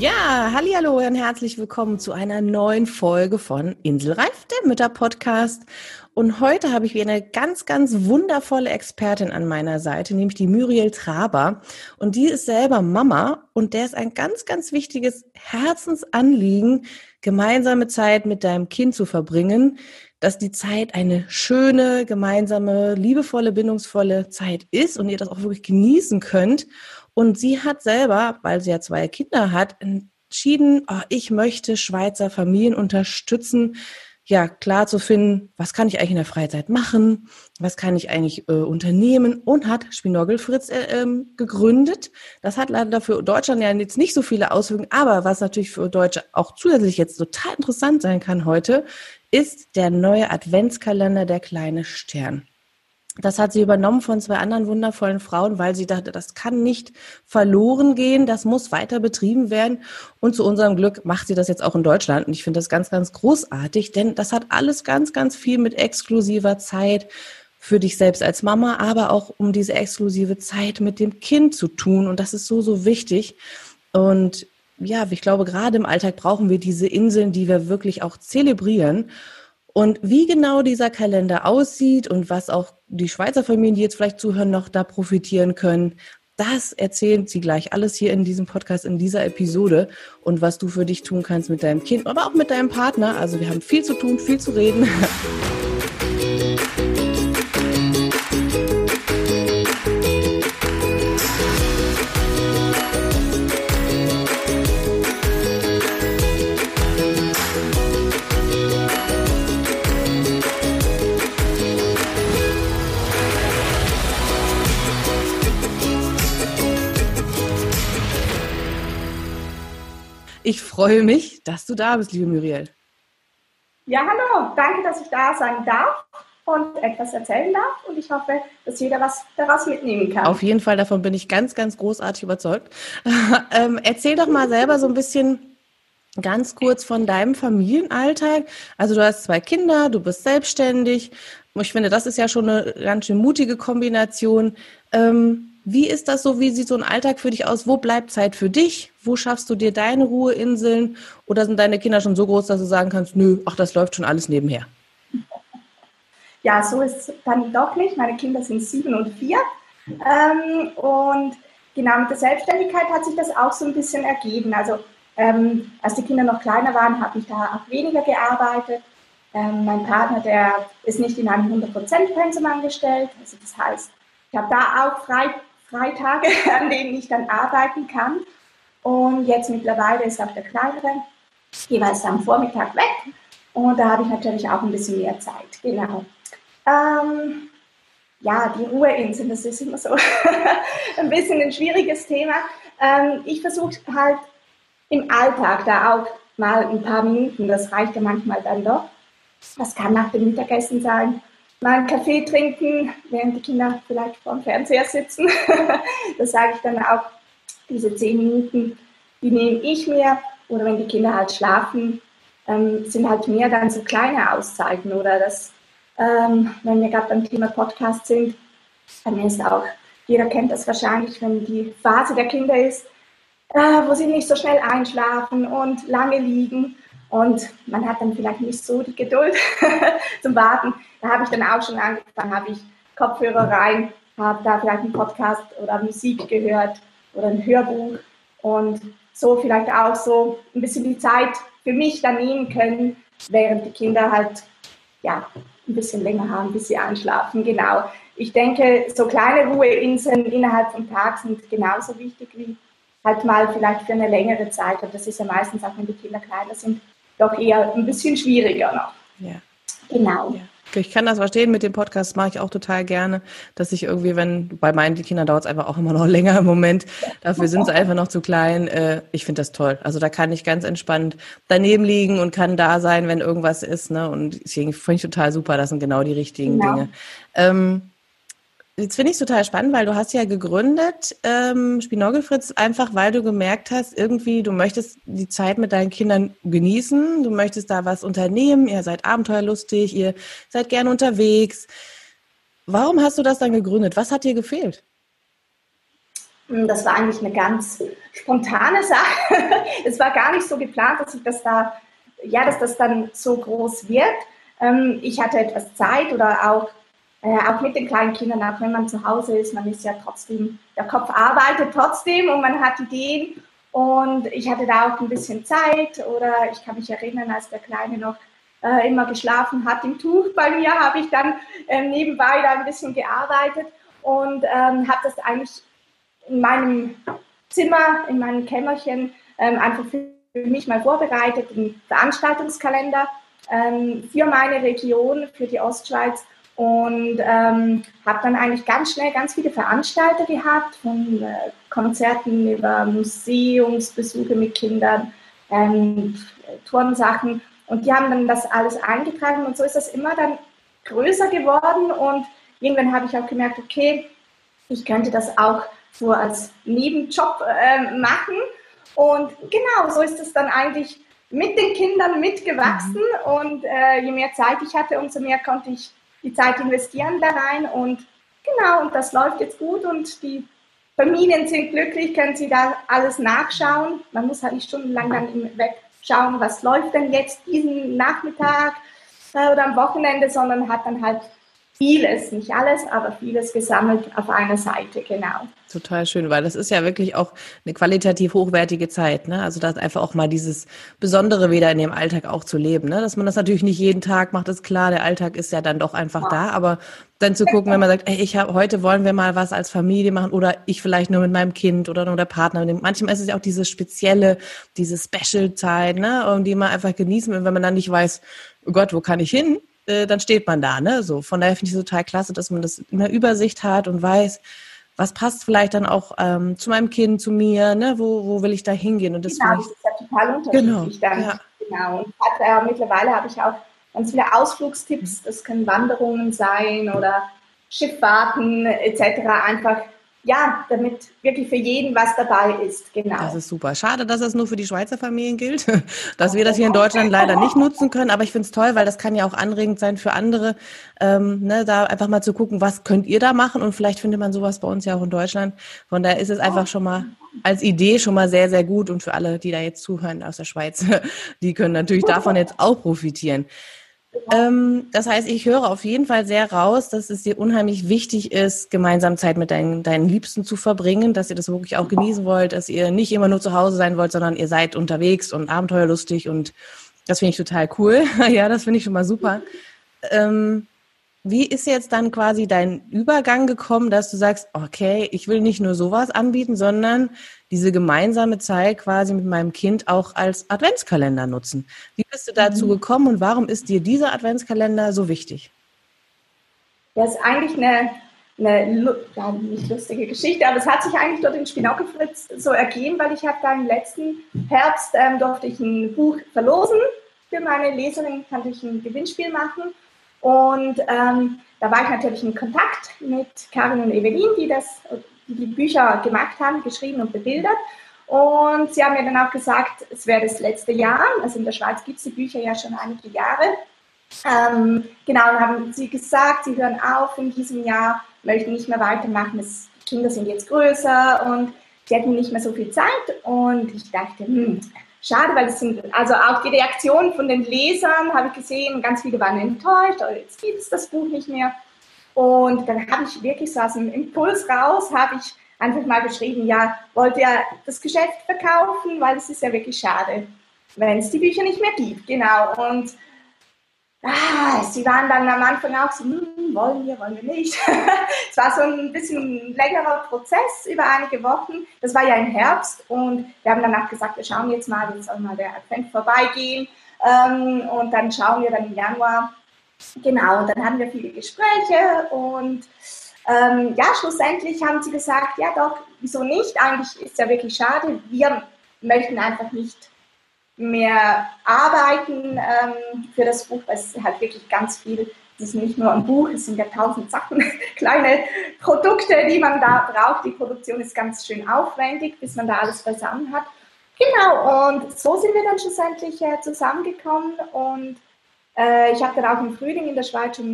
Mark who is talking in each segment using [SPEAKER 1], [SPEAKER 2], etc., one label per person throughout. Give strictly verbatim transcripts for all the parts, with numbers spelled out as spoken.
[SPEAKER 1] Ja, hallihallo und herzlich willkommen zu einer neuen Folge von Inselreif, der Mütter-Podcast. Und heute habe ich wieder eine ganz, ganz wundervolle Expertin an meiner Seite, nämlich die Muriel Traber. Und die ist selber Mama und der ist ein ganz, ganz wichtiges Herzensanliegen, gemeinsame Zeit mit deinem Kind zu verbringen, dass die Zeit eine schöne, gemeinsame, liebevolle, bindungsvolle Zeit ist und ihr das auch wirklich genießen könnt. Und sie hat selber, weil sie ja zwei Kinder hat, entschieden, oh, ich möchte Schweizer Familien unterstützen, ja, klar zu finden, was kann ich eigentlich in der Freizeit machen, was kann ich eigentlich äh, unternehmen, und hat Spinoggle Fritz äh, ähm, gegründet. Das hat leider für Deutschland ja jetzt nicht so viele Auswirkungen, aber was natürlich für Deutsche auch zusätzlich jetzt total interessant sein kann heute, ist der neue Adventskalender Der kleine Stern. Das hat sie übernommen von zwei anderen wundervollen Frauen, weil sie dachte, das kann nicht verloren gehen, das muss weiter betrieben werden. Und zu unserem Glück macht sie das jetzt auch in Deutschland. Und ich finde das ganz, ganz großartig, denn das hat alles ganz, ganz viel mit exklusiver Zeit für dich selbst als Mama, aber auch um diese exklusive Zeit mit dem Kind zu tun. Und das ist so, so wichtig. Und ja, ich glaube, gerade im Alltag brauchen wir diese Inseln, die wir wirklich auch zelebrieren. Und wie genau dieser Kalender aussieht und was auch die Schweizer Familien, die jetzt vielleicht zuhören, noch da profitieren können, das erzählt sie gleich alles hier in diesem Podcast, in dieser Episode, und was du für dich tun kannst mit deinem Kind, aber auch mit deinem Partner. Also wir haben viel zu tun, viel zu reden. Ich freue mich, dass du da bist, liebe Muriel.
[SPEAKER 2] Ja, hallo. Danke, dass ich da sein darf und etwas erzählen darf. Und ich hoffe, dass jeder was daraus mitnehmen kann.
[SPEAKER 1] Auf jeden Fall, davon bin ich ganz, ganz großartig überzeugt. ähm, erzähl doch mal selber so ein bisschen ganz kurz von deinem Familienalltag. Also du hast zwei Kinder, du bist selbstständig. Ich finde, das ist ja schon eine ganz schön mutige Kombination. Ähm, Wie ist das so? Wie sieht so ein Alltag für dich aus? Wo bleibt Zeit für dich? Wo schaffst du dir deine Ruheinseln? Oder sind deine Kinder schon so groß, dass du sagen kannst, nö, ach, das läuft schon alles nebenher?
[SPEAKER 2] Ja, so ist es dann doch nicht. Meine Kinder sind sieben und vier. Ähm, und genau mit der Selbstständigkeit hat sich das auch so ein bisschen ergeben. Also ähm, als die Kinder noch kleiner waren, habe ich da auch weniger gearbeitet. Ähm, mein Partner, der ist nicht in einem hundert Prozent Pensum angestellt. Also das heißt, ich habe da auch frei Freitage, an denen ich dann arbeiten kann. Und jetzt mittlerweile ist auch der Kleinere jeweils am Vormittag weg. Und da habe ich natürlich auch ein bisschen mehr Zeit. Genau. Ähm, ja, die Ruheinseln, das ist immer so ein bisschen ein schwieriges Thema. Ähm, ich versuche halt im Alltag da auch mal ein paar Minuten, das reicht ja manchmal dann doch. Das kann nach dem Mittagessen sein. Mal einen Kaffee trinken, während die Kinder vielleicht vor dem Fernseher sitzen. Das sage ich dann auch, diese zehn Minuten, die nehme ich mir. Oder wenn die Kinder halt schlafen, ähm, sind halt mehr dann so kleine Auszeiten. Oder das, ähm, wenn wir gerade beim Thema Podcast sind, dann ist auch, jeder kennt das wahrscheinlich, wenn die Phase der Kinder ist, äh, wo sie nicht so schnell einschlafen und lange liegen. Und man hat dann vielleicht nicht so die Geduld zum Warten. Da habe ich dann auch schon angefangen, habe ich Kopfhörer rein, habe da vielleicht einen Podcast oder Musik gehört oder ein Hörbuch und so vielleicht auch so ein bisschen die Zeit für mich dann nehmen können, während die Kinder halt ja ein bisschen länger haben, bis sie einschlafen. Genau. Ich denke, so kleine Ruheinseln innerhalb vom Tag sind genauso wichtig wie halt mal vielleicht für eine längere Zeit. Und das ist ja meistens auch, wenn die Kinder kleiner sind, doch eher ein bisschen schwieriger noch.
[SPEAKER 1] Ja.
[SPEAKER 2] Genau.
[SPEAKER 1] Ja. Ich kann das verstehen, mit dem Podcast mache ich auch total gerne, dass ich irgendwie, wenn, bei meinen Kindern dauert es einfach auch immer noch länger im Moment, dafür sind sie einfach noch zu klein. Ich finde das toll. Also da kann ich ganz entspannt daneben liegen und kann da sein, wenn irgendwas ist. Ne? Und deswegen finde ich total super, das sind genau die richtigen genau. Dinge. Ähm, Jetzt finde ich es total spannend, weil du hast ja gegründet, ähm, Spinoggle Fritz, einfach weil du gemerkt hast, irgendwie, du möchtest die Zeit mit deinen Kindern genießen, du möchtest da was unternehmen, ihr seid abenteuerlustig, ihr seid gerne unterwegs. Warum hast du das dann gegründet? Was hat dir gefehlt?
[SPEAKER 2] Das war eigentlich eine ganz spontane Sache. Es war gar nicht so geplant, dass ich das da, ja, dass das dann so groß wird. Ich hatte etwas Zeit oder auch, äh, auch mit den kleinen Kindern, auch wenn man zu Hause ist, man ist ja trotzdem, der Kopf arbeitet trotzdem und man hat Ideen. Und ich hatte da auch ein bisschen Zeit oder ich kann mich erinnern, als der Kleine noch äh, immer geschlafen hat im Tuch bei mir, habe ich dann äh, nebenbei da ein bisschen gearbeitet und ähm, habe das eigentlich in meinem Zimmer, in meinem Kämmerchen ähm, einfach für mich mal vorbereitet, einen Veranstaltungskalender ähm, für meine Region, für die Ostschweiz und ähm, habe dann eigentlich ganz schnell ganz viele Veranstalter gehabt, von äh, Konzerten über Museumsbesuche mit Kindern, ähm, Turnsachen und die haben dann das alles eingetragen und so ist das immer dann größer geworden und irgendwann habe ich auch gemerkt, okay, ich könnte das auch so als Nebenjob äh, machen. Und genau, so ist es dann eigentlich mit den Kindern mitgewachsen. Mhm. Und äh, je mehr Zeit ich hatte, umso mehr konnte ich die Zeit investieren da rein. Und genau, und das läuft jetzt gut. Und die Familien sind glücklich, können sie da alles nachschauen. Man muss halt nicht stundenlang dann im Web schauen, was läuft denn jetzt diesen Nachmittag äh, oder am Wochenende, sondern hat dann halt vieles, nicht alles, aber vieles gesammelt auf einer Seite, genau.
[SPEAKER 1] Total schön, weil das ist ja wirklich auch eine qualitativ hochwertige Zeit, ne? Also das einfach auch mal dieses Besondere wieder in dem Alltag auch zu leben, ne? Dass man das natürlich nicht jeden Tag macht, ist klar, der Alltag ist ja dann doch einfach ja. da, aber dann zu gucken, wenn man sagt, ey, ich habe heute wollen wir mal was als Familie machen oder ich vielleicht nur mit meinem Kind oder nur der Partner. Manchmal ist es ja auch diese spezielle, diese Special-Zeit, ne? Und die man einfach genießen will, wenn man dann nicht weiß, oh Gott, wo kann ich hin? Dann steht man da, ne? So, von daher finde ich es total klasse, dass man das in der Übersicht hat und weiß, was passt vielleicht dann auch ähm, zu meinem Kind, zu mir, ne? Wo, wo will ich da hingehen? Und das
[SPEAKER 2] genau, das ist ja total unterschiedlich
[SPEAKER 1] genau,
[SPEAKER 2] dann.
[SPEAKER 1] Ja.
[SPEAKER 2] Genau. Und hat, äh, mittlerweile habe ich auch ganz viele Ausflugstipps. Das können Wanderungen sein oder Schifffahrten et cetera. Einfach, ja, damit wirklich für jeden was dabei ist. Genau.
[SPEAKER 1] Das ist super. Schade, dass es nur für die Schweizer Familien gilt, dass wir das hier in Deutschland leider nicht nutzen können. Aber ich finde es toll, weil das kann ja auch anregend sein für andere, ähm, ne, da einfach mal zu gucken, was könnt ihr da machen? Und vielleicht findet man sowas bei uns ja auch in Deutschland. Von daher ist es einfach schon mal als Idee schon mal sehr, sehr gut. Und für alle, die da jetzt zuhören aus der Schweiz, die können natürlich davon jetzt auch profitieren. Ähm, das heißt, ich höre auf jeden Fall sehr raus, dass es dir unheimlich wichtig ist, gemeinsam Zeit mit deinen, deinen Liebsten zu verbringen, dass ihr das wirklich auch genießen wollt, dass ihr nicht immer nur zu Hause sein wollt, sondern ihr seid unterwegs und abenteuerlustig und das finde ich total cool. Ja, das finde ich schon mal super. Ähm, wie ist jetzt dann quasi dein Übergang gekommen, dass du sagst, okay, ich will nicht nur sowas anbieten, sondern diese gemeinsame Zeit quasi mit meinem Kind auch als Adventskalender nutzen? Wie bist du dazu gekommen und warum ist dir dieser Adventskalender so wichtig?
[SPEAKER 2] Das ist eigentlich eine, eine ja, nicht lustige Geschichte, aber es hat sich eigentlich dort in Spinockelfritz so ergeben, weil ich habe da im letzten Herbst ähm, durfte ich ein Buch verlosen. Für meine Leserin konnte ich ein Gewinnspiel machen. Und ähm, da war ich natürlich in Kontakt mit Karin und Evelyn, die, das, die die Bücher gemacht haben, geschrieben und bebildert. Und sie haben mir dann auch gesagt, es wäre das letzte Jahr. Also in der Schweiz gibt es die Bücher ja schon einige Jahre. Ähm, genau, und haben sie gesagt, sie hören auf in diesem Jahr, möchten nicht mehr weitermachen. Das, die Kinder sind jetzt größer und sie hätten nicht mehr so viel Zeit. Und ich dachte, hm, schade, weil es sind, also auch die Reaktionen von den Lesern habe ich gesehen, ganz viele waren enttäuscht, oh, jetzt gibt es das Buch nicht mehr. Und dann habe ich wirklich so aus dem Impuls raus, habe ich einfach mal geschrieben, ja, wollt ihr das Geschäft verkaufen, weil es ist ja wirklich schade, wenn es die Bücher nicht mehr gibt. Genau, und ah, sie waren dann am Anfang auch so, hm, wollen wir, wollen wir nicht. Es war so ein bisschen ein längerer Prozess über einige Wochen. Das war ja im Herbst und wir haben danach gesagt, wir schauen jetzt mal, jetzt soll mal der Advent vorbeigehen ähm, und dann schauen wir dann im Januar. Genau, und dann hatten wir viele Gespräche und ähm, ja, schlussendlich haben sie gesagt, ja doch, wieso nicht? Eigentlich ist es ja wirklich schade. Wir möchten einfach nicht mehr arbeiten ähm, für das Buch, weil es halt wirklich ganz viel, es ist nicht nur ein Buch, es sind ja tausend Sachen, kleine Produkte, die man da braucht. Die Produktion ist ganz schön aufwendig, bis man da alles beisammen hat. Genau, und so sind wir dann schlussendlich äh, zusammengekommen und äh, ich habe dann auch im Frühling in der Schweiz schon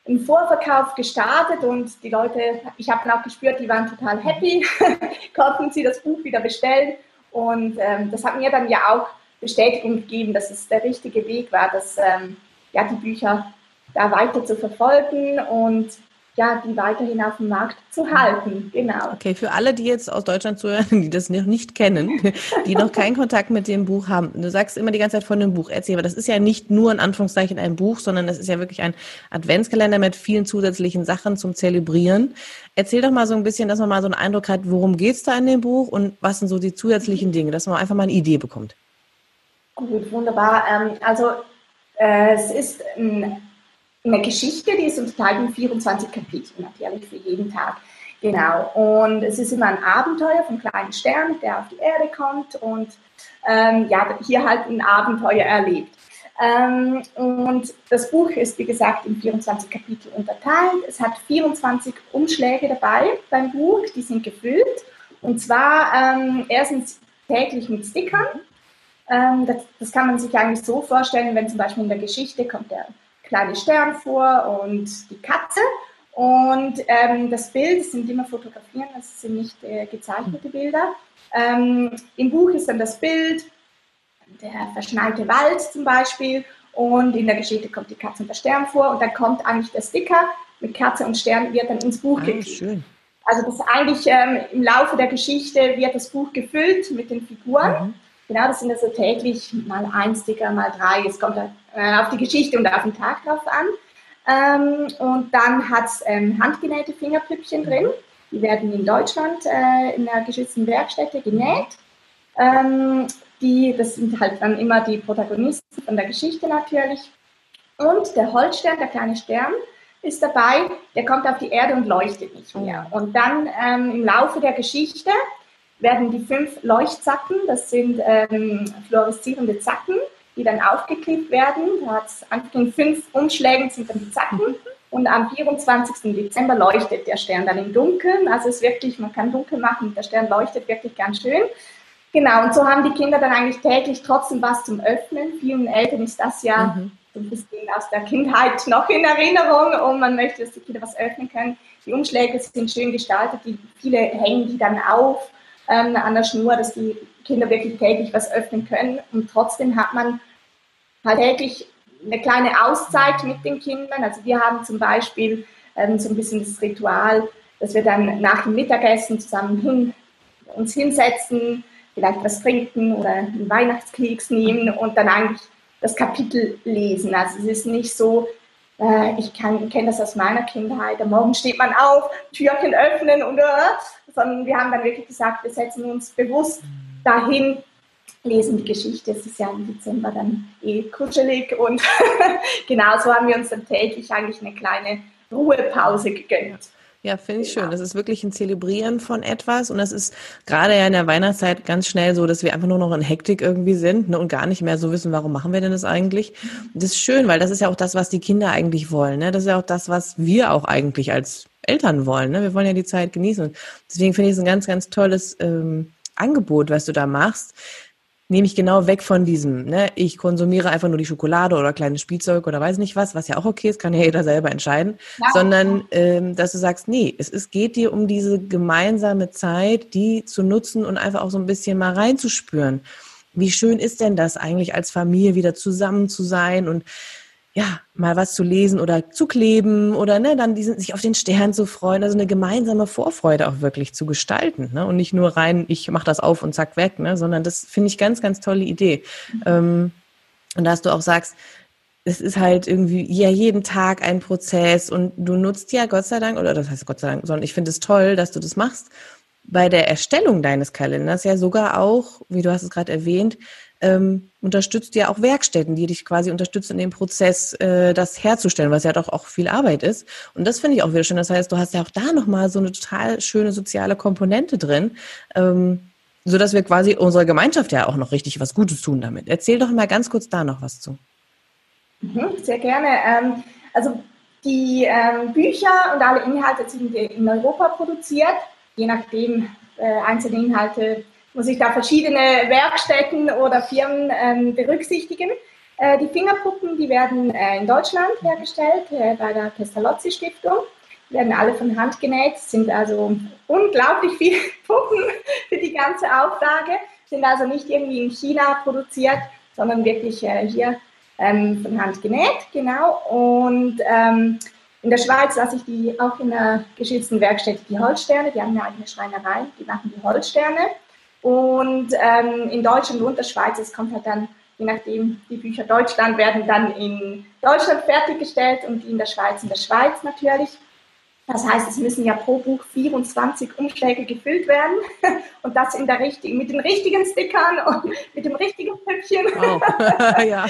[SPEAKER 2] einen Vorverkauf gestartet und die Leute, ich habe dann auch gespürt, die waren total happy, konnten sie das Buch wieder bestellen und ähm, das hat mir dann ja auch Bestätigung gegeben, dass es der richtige Weg war, dass ähm, ja, die Bücher da weiter zu verfolgen und ja, die weiterhin auf dem Markt zu halten. Genau.
[SPEAKER 1] Okay, für alle, die jetzt aus Deutschland zuhören, die das noch nicht kennen, die noch keinen Kontakt mit dem Buch haben. Du sagst immer die ganze Zeit von dem Buch. Erzähl, aber das ist ja nicht nur in Anführungszeichen ein Buch, sondern das ist ja wirklich ein Adventskalender mit vielen zusätzlichen Sachen zum Zelebrieren. Erzähl doch mal so ein bisschen, dass man mal so einen Eindruck hat, worum geht's da in dem Buch und was sind so die zusätzlichen Dinge, dass man einfach mal eine Idee bekommt.
[SPEAKER 2] Gut, wunderbar. Ähm, also äh, es ist ein eine Geschichte, die ist unterteilt in vierundzwanzig Kapitel, natürlich für jeden Tag. Genau. Und es ist immer ein Abenteuer vom kleinen Stern, der auf die Erde kommt und ähm, ja, hier halt ein Abenteuer erlebt. Ähm, und das Buch ist, wie gesagt, in vierundzwanzig Kapitel unterteilt. Es hat vierundzwanzig Umschläge dabei beim Buch, die sind gefüllt. Und zwar ähm, erstens täglich mit Stickern. Ähm, das, das kann man sich eigentlich so vorstellen, wenn zum Beispiel in der Geschichte kommt der kleine Stern vor und die Katze. Und ähm, das Bild, das sind immer Fotografien, das sind nicht äh, gezeichnete Bilder. Ähm, Im Buch ist dann das Bild, der verschneite Wald zum Beispiel. Und in der Geschichte kommt die Katze und der Stern vor. Und dann kommt eigentlich der Sticker mit Katze und Stern, wird dann ins Buch
[SPEAKER 1] Ah,
[SPEAKER 2] geklebt.
[SPEAKER 1] schön.
[SPEAKER 2] Also das eigentlich ähm, im Laufe der Geschichte wird das Buch gefüllt mit den Figuren. Mhm. Genau, das sind also täglich mal ein Sticker, mal drei. Es kommt äh, auf die Geschichte und auf den Tag drauf an. Ähm, und dann hat es ähm, handgenähte Fingerpüppchen drin. Die werden in Deutschland äh, in einer geschützten Werkstätte genäht. Ähm, die, das sind halt dann immer die Protagonisten von der Geschichte natürlich. Und der Holzstern, der kleine Stern, ist dabei. Der kommt auf die Erde und leuchtet nicht mehr. Und dann ähm, im Laufe der Geschichte werden die fünf Leuchtzacken, das sind ähm, fluoreszierende Zacken, die dann aufgeklebt werden. Da hat es einfach in fünf Umschlägen sind dann die Zacken und am vierundzwanzigsten Dezember leuchtet der Stern dann im Dunkeln. Also es ist wirklich, man kann dunkel machen, der Stern leuchtet wirklich ganz schön. Genau, und so haben die Kinder dann eigentlich täglich trotzdem was zum Öffnen. Vielen Eltern ist das ja mhm. so ein bisschen aus der Kindheit noch in Erinnerung und man möchte, dass die Kinder was öffnen können. Die Umschläge sind schön gestaltet, die, viele hängen die dann auf ähm, an der Schnur, dass die Kinder wirklich täglich was öffnen können. Und trotzdem hat man halt täglich eine kleine Auszeit mit den Kindern. Also wir haben zum Beispiel ähm, so ein bisschen das Ritual, dass wir dann nach dem Mittagessen zusammen hin, uns hinsetzen, vielleicht was trinken oder einen Weihnachtskeks nehmen und dann eigentlich das Kapitel lesen. Also es ist nicht so, äh, ich kenne das aus meiner Kindheit, am Morgen steht man auf, Türchen öffnen und äh, sondern wir haben dann wirklich gesagt, wir setzen uns bewusst dahin, lesen die Geschichte. Es ist ja im Dezember dann eh kuschelig und genau so haben wir uns dann täglich eigentlich eine kleine Ruhepause gegönnt.
[SPEAKER 1] Ja, finde ich schön. Das ist wirklich ein Zelebrieren von etwas und das ist gerade ja in der Weihnachtszeit ganz schnell so, dass wir einfach nur noch in Hektik irgendwie sind, ne, und gar nicht mehr so wissen, warum machen wir denn das eigentlich. Das ist schön, weil das ist ja auch das, was die Kinder eigentlich wollen. Ne? Das ist ja auch das, was wir auch eigentlich als Eltern wollen. Ne? Wir wollen ja die Zeit genießen. Und deswegen finde ich es ein ganz, ganz tolles ähm, Angebot, was du da machst. Nehme ich genau weg von diesem, ne, ich konsumiere einfach nur die Schokolade oder kleines Spielzeug oder weiß nicht was, was ja auch okay ist, kann ja jeder selber entscheiden, ja. sondern ähm, dass du sagst, nee, es, es geht dir um diese gemeinsame Zeit, die zu nutzen und einfach auch so ein bisschen mal reinzuspüren. Wie schön ist denn das eigentlich als Familie wieder zusammen zu sein und ja, mal was zu lesen oder zu kleben oder ne, dann diesen, sich auf den Stern zu freuen, also eine gemeinsame Vorfreude auch wirklich zu gestalten, ne, und nicht nur rein, ich mache das auf und zack weg, ne, sondern das finde ich ganz, ganz tolle Idee. Mhm. Ähm, und dass du auch sagst, es ist halt irgendwie ja jeden Tag ein Prozess und du nutzt ja Gott sei Dank, oder das heißt Gott sei Dank, sondern ich finde es toll, dass du das machst, bei der Erstellung deines Kalenders ja sogar auch, wie du hast es gerade erwähnt, ähm, unterstützt ja auch Werkstätten, die dich quasi unterstützen in dem Prozess, äh, das herzustellen, was ja doch auch viel Arbeit ist. Und das finde ich auch wieder schön. Das heißt, du hast ja auch da nochmal so eine total schöne soziale Komponente drin, ähm, sodass wir quasi unserer Gemeinschaft ja auch noch richtig was Gutes tun damit. Erzähl doch mal ganz kurz da noch was zu.
[SPEAKER 2] Mhm, sehr gerne. Ähm, also die ähm, Bücher und alle Inhalte sind in Europa produziert. Je nachdem, äh, einzelne Inhalte muss ich da verschiedene Werkstätten oder Firmen ähm, berücksichtigen. Äh, die Fingerpuppen, die werden äh, in Deutschland hergestellt, äh, bei der Pestalozzi-Stiftung. Die werden alle von Hand genäht, sind also unglaublich viele Puppen für die ganze Auflage, sind also nicht irgendwie in China produziert, sondern wirklich äh, hier ähm, von Hand genäht, genau. Und ähm, in der Schweiz lasse ich die auch in der geschützten Werkstätte, die Holzsterne, die haben eine eigene Schreinerei, die machen die Holzsterne. Und ähm, in Deutschland und der Schweiz, es kommt halt dann, je nachdem, die Bücher Deutschland werden dann in Deutschland fertiggestellt und die in der Schweiz in der Schweiz natürlich. Das heißt, es müssen ja pro Buch vierundzwanzig Umschläge gefüllt werden und das in der richtigen, mit den richtigen Stickern und mit dem richtigen Püppchen. Wow. Ja.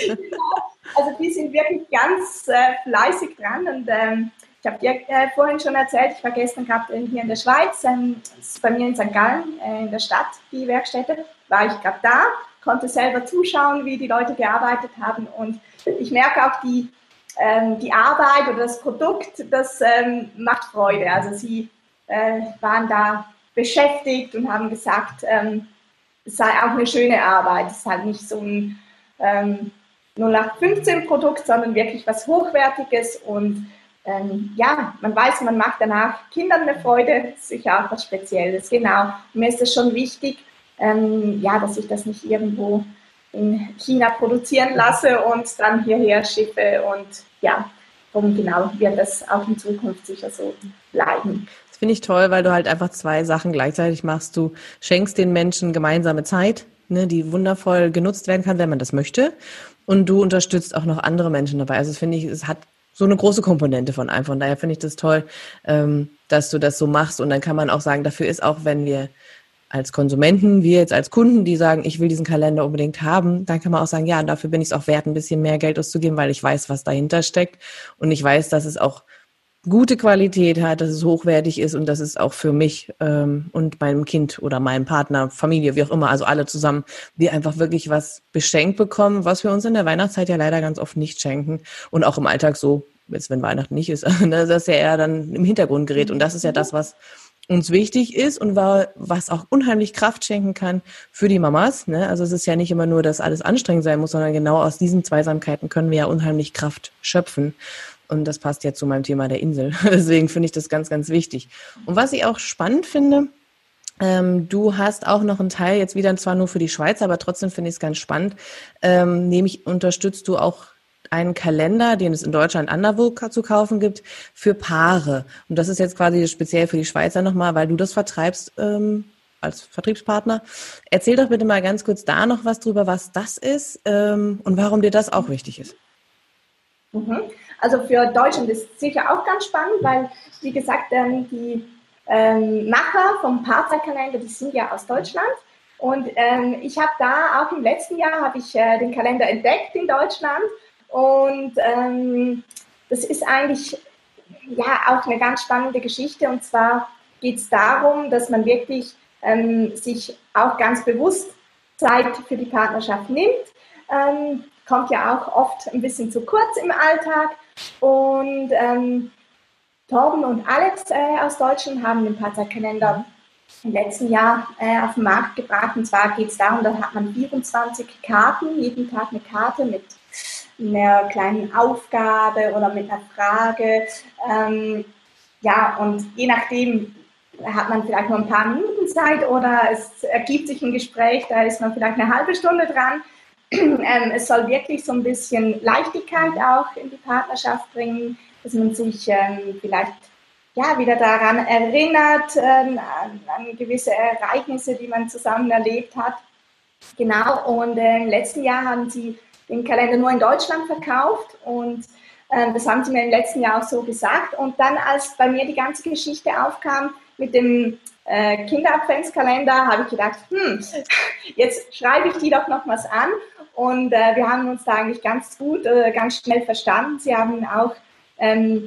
[SPEAKER 2] Also die sind wirklich ganz äh, fleißig dran und ähm, ich habe dir äh, vorhin schon erzählt, ich war gestern gerade äh, hier in der Schweiz, ähm, das ist bei mir in Sankt Gallen, äh, in der Stadt, die Werkstätte, war ich gerade da, konnte selber zuschauen, wie die Leute gearbeitet haben und ich merke auch die Ähm, die Arbeit oder das Produkt, das ähm, macht Freude. Also sie äh, waren da beschäftigt und haben gesagt, ähm, es sei auch eine schöne Arbeit. Es ist halt nicht so ein ähm, null acht fünfzehn Produkt, sondern wirklich was Hochwertiges und ähm, ja, man weiß, man macht danach Kindern eine Freude, sicher auch was Spezielles, genau. Und mir ist es schon wichtig, ähm, ja, dass ich das nicht irgendwo in China produzieren lasse und dann hierher schiffe und ja, darum genau wird das auch in Zukunft sicher so bleiben.
[SPEAKER 1] Das finde ich toll, weil du halt einfach zwei Sachen gleichzeitig machst. Du schenkst den Menschen gemeinsame Zeit, ne, die wundervoll genutzt werden kann, wenn man das möchte, und du unterstützt auch noch andere Menschen dabei. Also das finde ich, es hat so eine große Komponente von einem. Von daher finde ich das toll, ähm, dass du das so machst und dann kann man auch sagen, dafür ist auch, wenn wir als Konsumenten, wir jetzt als Kunden, die sagen, ich will diesen Kalender unbedingt haben, dann kann man auch sagen, ja, dafür bin ich es auch wert, ein bisschen mehr Geld auszugeben, weil ich weiß, was dahinter steckt und ich weiß, dass es auch gute Qualität hat, dass es hochwertig ist und dass es auch für mich ähm, und meinem Kind oder meinem Partner, Familie, wie auch immer, also alle zusammen, wir einfach wirklich was beschenkt bekommen, was wir uns in der Weihnachtszeit ja leider ganz oft nicht schenken und auch im Alltag so, jetzt wenn Weihnachten nicht ist, dass ja eher dann im Hintergrund gerät und das ist ja das, was uns wichtig ist und was auch unheimlich Kraft schenken kann für die Mamas. Ne? Also es ist ja nicht immer nur, dass alles anstrengend sein muss, sondern genau aus diesen Zweisamkeiten können wir ja unheimlich Kraft schöpfen. Und das passt ja zu meinem Thema der Insel. Deswegen finde ich das ganz, ganz wichtig. Und was ich auch spannend finde, ähm, du hast auch noch einen Teil, jetzt wieder zwar nur für die Schweiz, aber trotzdem finde ich es ganz spannend, ähm, nämlich unterstützt du auch einen Kalender, den es in Deutschland anderswo zu kaufen gibt, für Paare. Und das ist jetzt quasi speziell für die Schweizer nochmal, weil du das vertreibst ähm, als Vertriebspartner. Erzähl doch bitte mal ganz kurz da noch was drüber, was das ist ähm, und warum dir das auch wichtig ist.
[SPEAKER 2] Mhm. Also für Deutschland ist es sicher auch ganz spannend, weil, wie gesagt, ähm, die ähm, Macher vom Paarzeitkalender, die sind ja aus Deutschland. Und ähm, ich habe da auch im letzten Jahr, habe ich äh, den Kalender entdeckt in Deutschland. Und ähm, das ist eigentlich ja auch eine ganz spannende Geschichte. Und zwar geht es darum, dass man wirklich ähm, sich auch ganz bewusst Zeit für die Partnerschaft nimmt. Ähm, kommt ja auch oft ein bisschen zu kurz im Alltag. Und ähm, Torben und Alex äh, aus Deutschland haben den Paarzeitkalender im letzten Jahr äh, auf den Markt gebracht. Und zwar geht es darum, da hat man vierundzwanzig Karten, jeden Tag eine Karte mit einer kleinen Aufgabe oder mit einer Frage. Ähm, ja, und je nachdem hat man vielleicht nur ein paar Minuten Zeit oder es ergibt sich ein Gespräch, da ist man vielleicht eine halbe Stunde dran. Ähm, es soll wirklich so ein bisschen Leichtigkeit auch in die Partnerschaft bringen, dass man sich ähm, vielleicht ja, wieder daran erinnert, ähm, an, an gewisse Ereignisse, die man zusammen erlebt hat. Genau, und äh, im letzten Jahr haben sie den Kalender nur in Deutschland verkauft und äh, das haben sie mir im letzten Jahr auch so gesagt. Und dann, als bei mir die ganze Geschichte aufkam mit dem äh, Kinderadventskalender, habe ich gedacht, hm, jetzt schreibe ich die doch noch was an. Und äh, wir haben uns da eigentlich ganz gut, äh, ganz schnell verstanden. Sie haben auch ähm,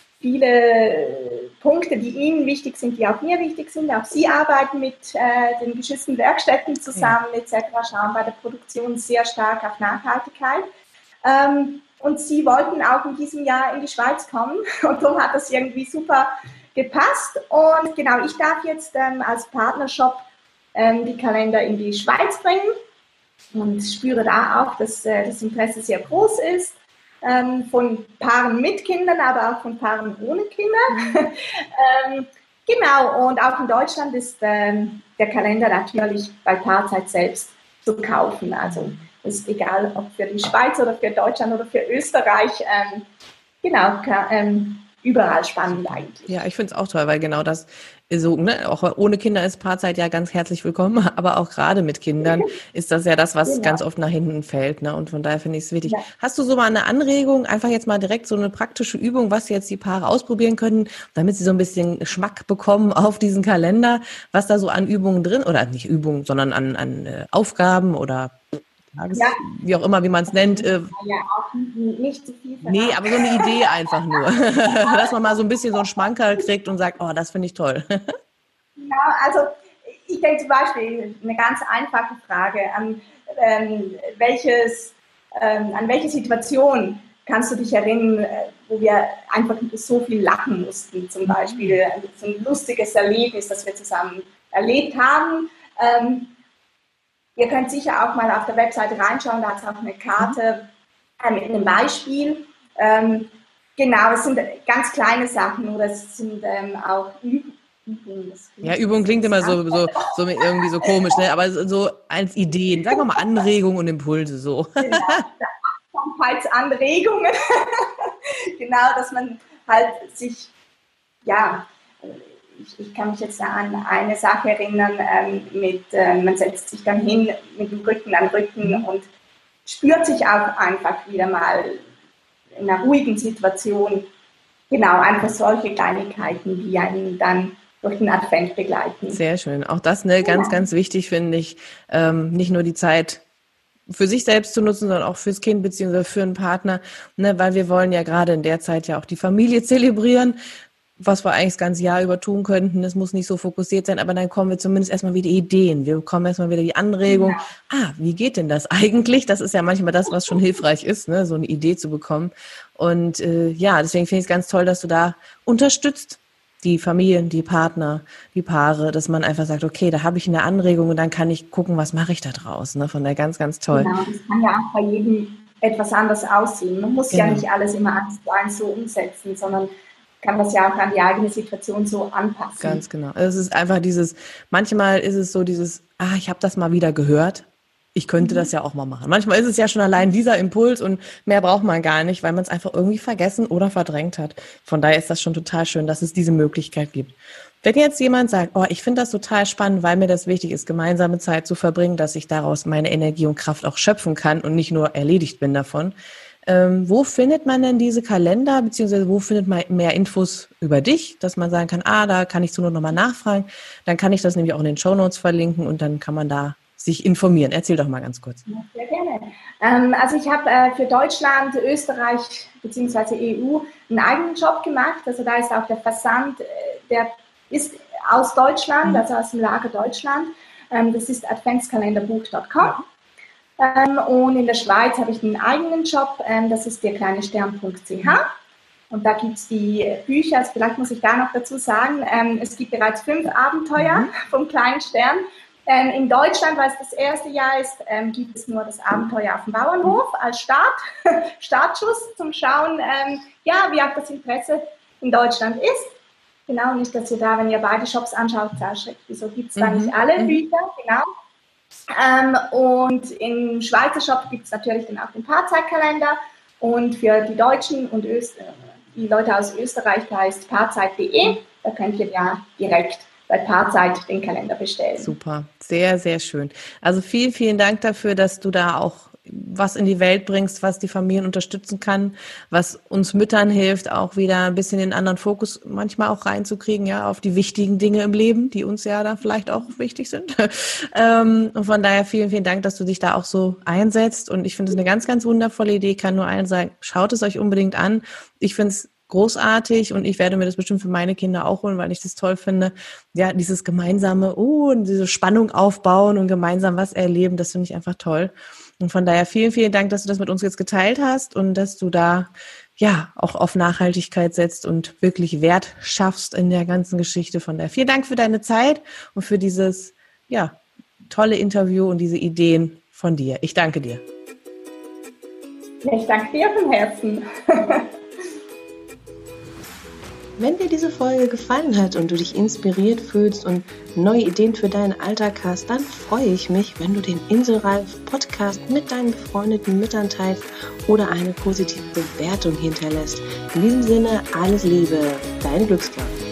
[SPEAKER 2] viele Punkte, die Ihnen wichtig sind, die auch mir wichtig sind. Auch Sie arbeiten mit äh, den geschützten Werkstätten zusammen ja. et cetera. Schauen bei der Produktion sehr stark auf Nachhaltigkeit. Ähm, und Sie wollten auch in diesem Jahr in die Schweiz kommen und darum hat das irgendwie super gepasst. Und genau, ich darf jetzt ähm, als Partnershop ähm, die Kalender in die Schweiz bringen. und spüre da auch, dass äh, das Interesse sehr groß ist, ähm, von Paaren mit Kindern, aber auch von Paaren ohne Kinder. ähm, genau, und auch in Deutschland ist ähm, der Kalender natürlich bei Paarzeit selbst zu kaufen. Also ist egal, ob für die Schweiz oder für Deutschland oder für Österreich. Ähm, genau, kann, ähm, überall spannend eigentlich.
[SPEAKER 1] Ja, ich finde es auch toll, weil genau das so, ne, auch ohne Kinder ist Paarzeit ja ganz herzlich willkommen, aber auch gerade mit Kindern ist das ja das, was
[SPEAKER 2] Genau.
[SPEAKER 1] ganz oft nach hinten fällt, ne, und von daher finde ich es wichtig.
[SPEAKER 2] Ja.
[SPEAKER 1] Hast du so mal eine Anregung, einfach jetzt mal direkt so eine praktische Übung, was jetzt die Paare ausprobieren können, damit sie so ein bisschen Geschmack bekommen auf diesen Kalender, was da so an Übungen drin, oder nicht Übungen, sondern an, an äh, Aufgaben oder Tages,
[SPEAKER 2] Ja.
[SPEAKER 1] wie auch immer, wie man es nennt. Äh,
[SPEAKER 2] Ja, auch nicht zu viel verraten.
[SPEAKER 1] nee, aber so eine Idee einfach nur. Dass man mal so ein bisschen so einen Schmankerl kriegt und sagt, oh, das finde ich toll.
[SPEAKER 2] Ja, also ich denke zum Beispiel eine ganz einfache Frage, an, ähm, welches, ähm, an welche Situation kannst du dich erinnern, wo wir einfach so viel lachen mussten, zum Beispiel so ein lustiges Erlebnis, das wir zusammen erlebt haben. Ähm, Ihr könnt sicher auch mal auf der Webseite reinschauen, da hat es auch eine Karte äh, mit einem Beispiel. Ähm, genau, es sind ganz kleine Sachen oder es sind ähm, auch Übungen.
[SPEAKER 1] Ja, Übung klingt immer so, so, so irgendwie so komisch, ne? Aber so als Ideen, sagen wir mal Anregungen und Impulse so.
[SPEAKER 2] Genau, Achtsamkeitsanregungen. Genau, dass man halt sich, ja, Ich, ich kann mich jetzt an eine Sache erinnern, ähm, mit, äh, man setzt sich dann hin mit dem Rücken an Rücken und spürt sich auch einfach wieder mal in einer ruhigen Situation. Genau, einfach solche Kleinigkeiten, die einen dann durch den Advent begleiten.
[SPEAKER 1] Sehr schön. Auch das, ne, ganz, ja. ganz wichtig finde ich, ähm, nicht nur die Zeit für sich selbst zu nutzen, sondern auch fürs Kind beziehungsweise für einen Partner, ne, weil wir wollen ja gerade in der Zeit ja auch die Familie zelebrieren, was wir eigentlich das ganze Jahr über tun könnten. Es muss nicht so fokussiert sein, aber dann kommen wir zumindest erstmal wieder Ideen. Wir bekommen erstmal wieder die Anregung, ja. ah, wie geht denn das eigentlich? Das ist ja manchmal das, was schon hilfreich ist, ne, so eine Idee zu bekommen. Und äh, ja, deswegen finde ich es ganz toll, dass du da unterstützt, die Familien, die Partner, die Paare, dass man einfach sagt, okay, da habe ich eine Anregung und dann kann ich gucken, was mache ich da draus. Ne? Von daher ganz, ganz toll.
[SPEAKER 2] Genau, das kann ja auch bei jedem etwas anders aussehen. Man muss genau. ja nicht alles immer eins zu eins so umsetzen, sondern kann das ja auch an die eigene Situation so anpassen.
[SPEAKER 1] Ganz genau. Es ist einfach dieses, manchmal ist es so dieses, ah, ich habe das mal wieder gehört, ich könnte mhm. das ja auch mal machen. Manchmal ist es ja schon allein dieser Impuls und mehr braucht man gar nicht, weil man es einfach irgendwie vergessen oder verdrängt hat. Von daher ist das schon total schön, dass es diese Möglichkeit gibt. Wenn jetzt jemand sagt, oh, ich finde das total spannend, weil mir das wichtig ist, gemeinsame Zeit zu verbringen, dass ich daraus meine Energie und Kraft auch schöpfen kann und nicht nur erledigt bin davon, Ähm, wo findet man denn diese Kalender, beziehungsweise wo findet man mehr Infos über dich, dass man sagen kann, ah, da kann ich zur Not nochmal nachfragen, dann kann ich das nämlich auch in den Shownotes verlinken und dann kann man da sich informieren. Erzähl doch mal ganz kurz.
[SPEAKER 2] Ja, sehr gerne. Ähm, also ich habe äh, für Deutschland, Österreich bzw. E U einen eigenen Job gemacht, also da ist auch der Versand, äh, der ist aus Deutschland, also aus dem Lager Deutschland, ähm, das ist adventskalenderbuch punkt com. Ähm, und in der Schweiz habe ich einen eigenen Job, ähm, das ist der kleine Stern punkt c h. Und da gibt es die Bücher, also vielleicht muss ich da noch dazu sagen, ähm, es gibt bereits fünf Abenteuer mhm. vom kleinen Stern. Ähm, in Deutschland, weil es das erste Jahr ist, ähm, gibt es nur das Abenteuer auf dem Bauernhof als Start, Startschuss zum Schauen, ähm, ja, wie auch das Interesse in Deutschland ist. Genau, nicht, dass ihr da, wenn ihr beide Shops anschaut, erschreckt, wieso gibt es da mhm. nicht alle Bücher, genau. Ähm, und im Schweizer Shop gibt es natürlich dann auch den Paarzeitkalender und für die Deutschen und Öst- die Leute aus Österreich, da heißt paarzeit punkt de, da könnt ihr ja direkt bei Paarzeit den Kalender bestellen.
[SPEAKER 1] Super, sehr, sehr schön. Also vielen, vielen Dank dafür, dass du da auch was in die Welt bringst, was die Familien unterstützen kann, was uns Müttern hilft, auch wieder ein bisschen den anderen Fokus manchmal auch reinzukriegen, ja, auf die wichtigen Dinge im Leben, die uns ja da vielleicht auch wichtig sind. ähm, und von daher vielen, vielen Dank, dass du dich da auch so einsetzt. Und ich finde es eine ganz, ganz wundervolle Idee. Ich kann nur allen sagen, schaut es euch unbedingt an. Ich finde es großartig und ich werde mir das bestimmt für meine Kinder auch holen, weil ich das toll finde. Ja, dieses gemeinsame, oh, und diese Spannung aufbauen und gemeinsam was erleben, das finde ich einfach toll. Und von daher vielen, vielen Dank, dass du das mit uns jetzt geteilt hast und dass du da ja auch auf Nachhaltigkeit setzt und wirklich Wert schaffst in der ganzen Geschichte. Von daher vielen Dank für deine Zeit und für dieses ja tolle Interview und diese Ideen von dir. Ich danke dir.
[SPEAKER 2] Ja, ich danke dir von Herzen.
[SPEAKER 1] Wenn dir diese Folge gefallen hat und du dich inspiriert fühlst und neue Ideen für deinen Alltag hast, dann freue ich mich, wenn du den Inselreif Podcast mit deinen befreundeten Müttern teilst oder eine positive Bewertung hinterlässt. In diesem Sinne, alles Liebe, dein Glücksclub.